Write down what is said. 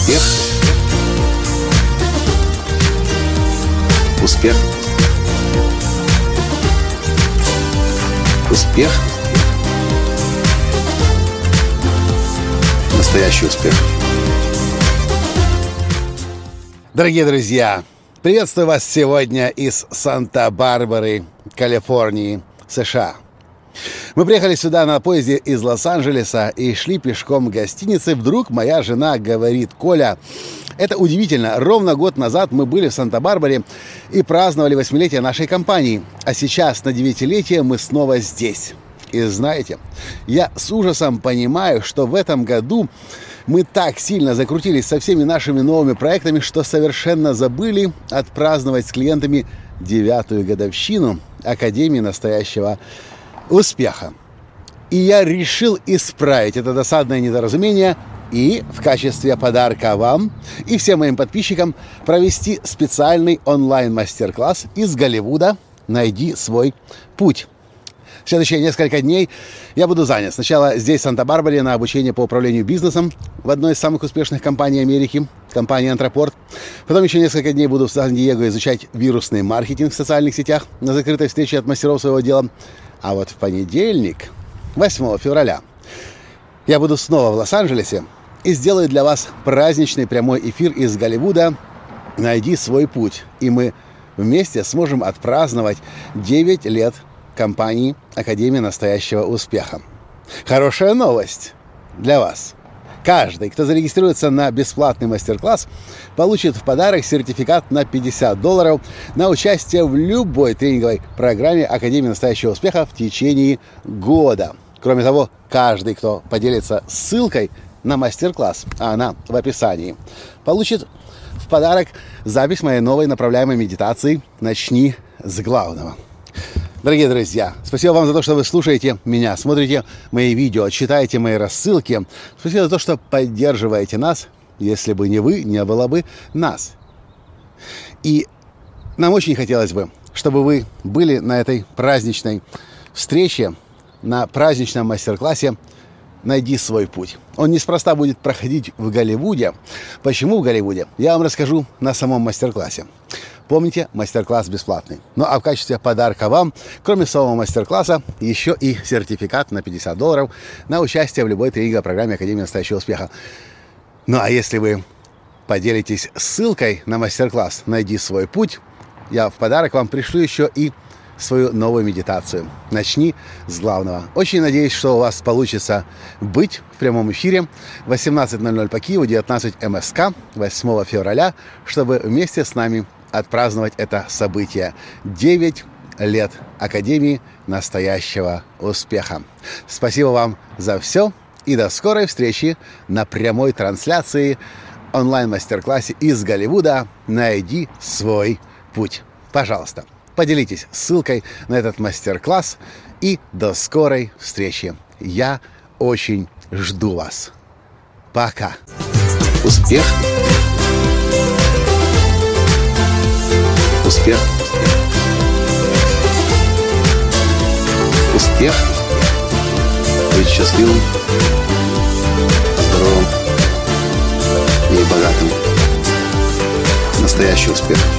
Успех. Успех. Успех. Настоящий успех. Дорогие друзья, приветствую вас сегодня из Санта-Барбары, Калифорнии, США. Мы приехали сюда на поезде из Лос-Анджелеса и шли пешком к гостинице. Вдруг моя жена говорит: «Коля, это удивительно. Ровно год назад мы были в Санта-Барбаре и праздновали 8-летие нашей компании. А сейчас на 9-летие мы снова здесь». И знаете, я с ужасом понимаю, что в этом году мы так сильно закрутились со всеми нашими новыми проектами, что совершенно забыли отпраздновать с клиентами 9-ю годовщину Академии настоящего успеха. И я решил исправить это досадное недоразумение и в качестве подарка вам и всем моим подписчикам провести специальный онлайн-мастер-класс из Голливуда «Найди свой путь». В следующие несколько дней я буду занят. Сначала здесь, в Санта-Барбаре, на обучение по управлению бизнесом в одной из самых успешных компаний Америки, компании «Антропорт». Потом еще несколько дней буду в Сан-Диего изучать вирусный маркетинг в социальных сетях на закрытой встрече от мастеров своего дела. А вот в понедельник, 8 февраля, я буду снова в Лос-Анджелесе и сделаю для вас праздничный прямой эфир из Голливуда «Найди свой путь». И мы вместе сможем отпраздновать 9 лет компании Академия настоящего успеха. Хорошая новость для вас. Каждый, кто зарегистрируется на бесплатный мастер-класс, получит в подарок сертификат на $50 на участие в любой тренинговой программе Академии настоящего успеха в течение года. Кроме того, каждый, кто поделится ссылкой на мастер-класс, а она в описании, получит в подарок запись моей новой направляемой медитации «Начни с главного». Дорогие друзья, спасибо вам за то, что вы слушаете меня, смотрите мои видео, читаете мои рассылки. Спасибо за то, что поддерживаете нас. Если бы не вы, не было бы нас. И нам очень хотелось бы, чтобы вы были на этой праздничной встрече, на праздничном мастер-классе «Найди свой путь». Он неспроста будет проходить в Голливуде. Почему в Голливуде? Я вам расскажу на самом мастер-классе. Помните, мастер-класс бесплатный. Ну а в качестве подарка вам, кроме самого мастер-класса, еще и сертификат на $50 на участие в любой тренинговой программе Академии настоящего успеха. Ну а если вы поделитесь ссылкой на мастер-класс «Найди свой путь», я в подарок вам пришлю еще и свою новую медитацию «Начни с главного». Очень надеюсь, что у вас получится быть в прямом эфире в 18:00 по Киеву, 19 МСК, 8 февраля, чтобы вместе с нами отпраздновать это событие. 9 лет Академии настоящего успеха. Спасибо вам за все и до скорой встречи на прямой трансляции онлайн-мастер-классе из Голливуда «Найди свой путь». Пожалуйста, поделитесь ссылкой на этот мастер-класс и до скорой встречи. Я очень жду вас. Пока. Успех. Успех. Успех. Быть счастливым, здоровым и богатым. Настоящий успех.